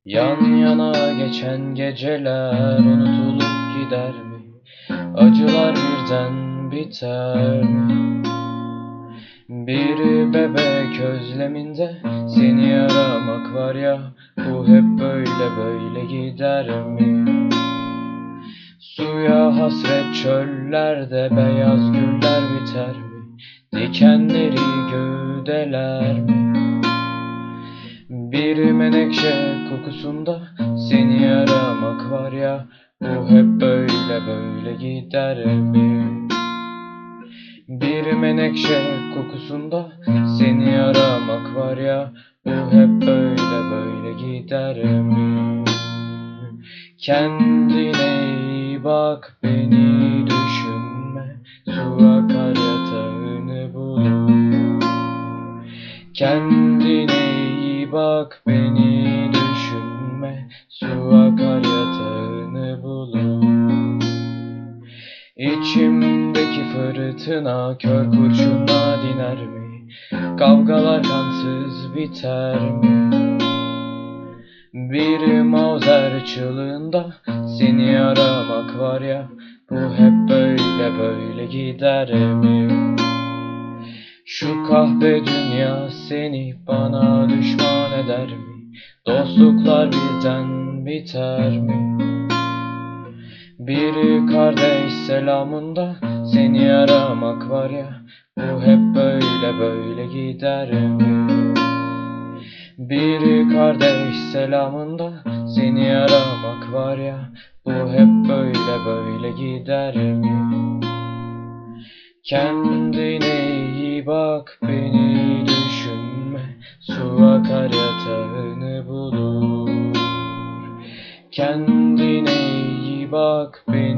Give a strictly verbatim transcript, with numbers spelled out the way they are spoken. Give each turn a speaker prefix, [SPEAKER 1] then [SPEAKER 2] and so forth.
[SPEAKER 1] Yan yana geçen geceler unutulup gider mi? Acılar birden biter mi? Bir bebek özleminde seni aramak var ya, bu hep böyle böyle gider mi? Suya hasret çöllerde beyaz güller biter mi? Dikenleri gövdeler mi? Bir menekşe kokusunda seni aramak var ya, bu hep böyle böyle gider mi? Bir menekşe kokusunda seni aramak var ya, bu hep böyle böyle gider mi? Kendine iyi bak, beni düşünme, su akar yatağını bulur. Kendine iyi bak, beni düşünme, su akar yatağını bulur. İçimdeki fırtına kör kurşuna diner mi? Kavgalar kansız biter mi? Bir Mauser çığlığında seni aramak var ya, bu hep böyle böyle gider mi? Şu kahpe dünya seni bana düşman eder mi? Dostluklar birden biter mi? Bir kardeş selamında seni aramak var ya, bu hep böyle böyle gider mi? Bir kardeş selamında seni aramak var ya, bu hep böyle böyle gider mi? Kendine iyi bak, beni düşünme, su akar yatağını bulur. Kendine iyi bak, beni